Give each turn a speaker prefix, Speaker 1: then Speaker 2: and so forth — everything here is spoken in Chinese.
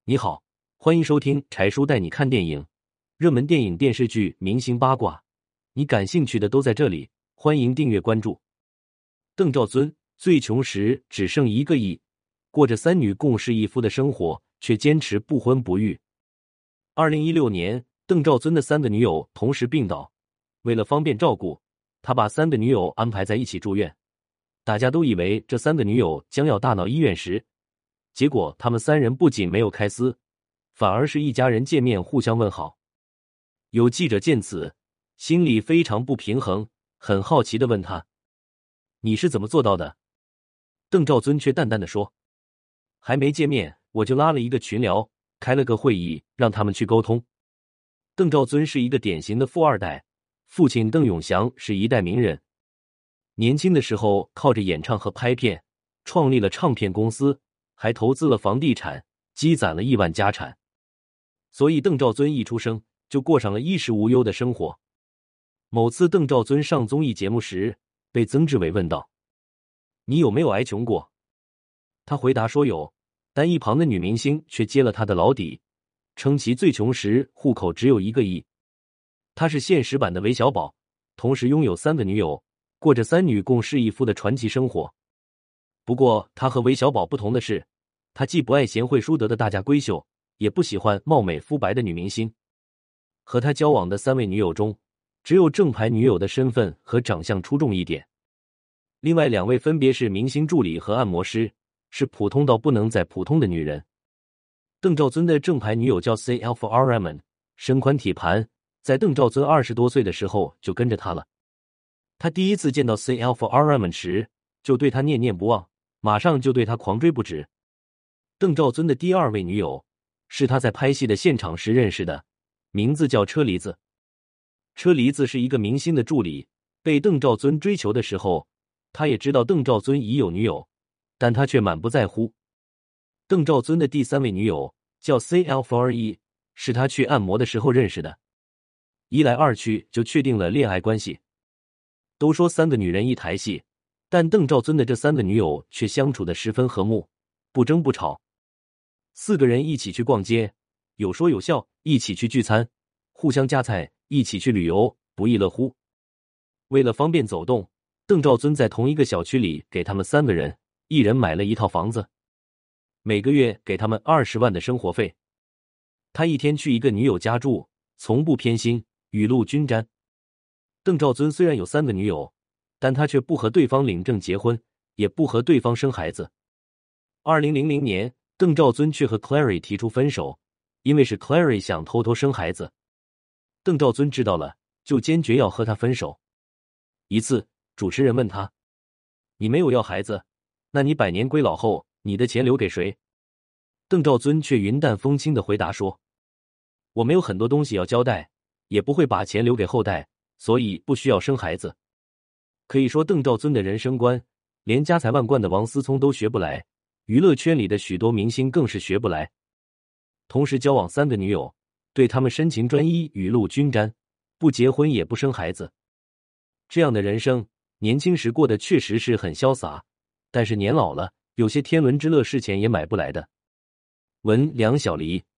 Speaker 1: 你好，欢迎收听柴叔带你看电影，热门电影、电视剧、明星八卦，你感兴趣的都在这里。欢迎订阅关注。邓兆尊最穷时只剩1个亿，过着3女共侍一夫的生活，却坚持不婚不育。2016年，邓兆尊的3个女友同时病倒，为了方便照顾，他把3个女友安排在一起住院。大家都以为这3个女友将要大闹医院时，结果他们3人不仅没有开撕，反而是一家人见面互相问好。有记者见此，心里非常不平衡，很好奇地问他：“你是怎么做到的？”邓兆尊却淡淡地说：“还没见面，我就拉了一个群聊，开了个会议，让他们去沟通。”邓兆尊是一个典型的富二代，父亲邓永祥是一代名人，年轻的时候靠着演唱和拍片，创立了唱片公司，还投资了房地产，积攒了亿万家产。所以邓兆尊一出生就过上了衣食无忧的生活。某次邓兆尊上综艺节目时，被曾志伟问道：“你有没有挨穷过？”他回答说有，但一旁的女明星却揭了他的老底，称其最穷时户口只有1个亿。他是现实版的韦小宝，同时拥有3个女友，过着3女共侍一夫的传奇生活。不过他和韦小宝不同的是，他既不爱贤惠淑德的大家闺秀，也不喜欢貌美肤白的女明星。和他交往的3位女友中，只有正牌女友的身份和长相出众一点，另外2位分别是明星助理和按摩师，是普通到不能再普通的女人。邓兆尊的正牌女友叫 C Alpha Raymond， 身宽体盘，在邓兆尊20多岁的时候就跟着他了。他第一次见到 C Alpha Raymond 时，就对他念念不忘，马上就对他狂追不止。邓兆尊的第2位女友是他在拍戏的现场时认识的，名字叫车厘子。车厘子是一个明星的助理，被邓兆尊追求的时候，他也知道邓兆尊已有女友，但他却满不在乎。邓兆尊的第3位女友叫 C Alpha E， 是他去按摩的时候认识的，一来二去就确定了恋爱关系。都说3个女人一台戏，但邓兆尊的这3个女友却相处得十分和睦，不争不吵。4个人一起去逛街，有说有笑，一起去聚餐，互相夹菜，一起去旅游，不亦乐乎。为了方便走动，邓兆尊在同一个小区里给他们3个人一人买了一套房子，每个月给他们20万的生活费。他一天去一个女友家住，从不偏心，雨露均沾。邓兆尊虽然有3个女友，但他却不和对方领证结婚，也不和对方生孩子。2000年，邓兆尊却和 Clary 提出分手，因为是 Clary 想偷偷生孩子。邓兆尊知道了，就坚决要和他分手。一次，主持人问他：“你没有要孩子，那你100年归老后，你的钱留给谁？”邓兆尊却云淡风轻地回答说：“我没有很多东西要交代，也不会把钱留给后代，所以不需要生孩子。”可以说邓兆尊的人生观，连家财万贯的王思聪都学不来，娱乐圈里的许多明星更是学不来。同时交往3个女友，对他们深情专一，雨露均沾，不结婚也不生孩子。这样的人生，年轻时过得确实是很潇洒，但是年老了，有些天伦之乐是钱也买不来的。文梁小黎。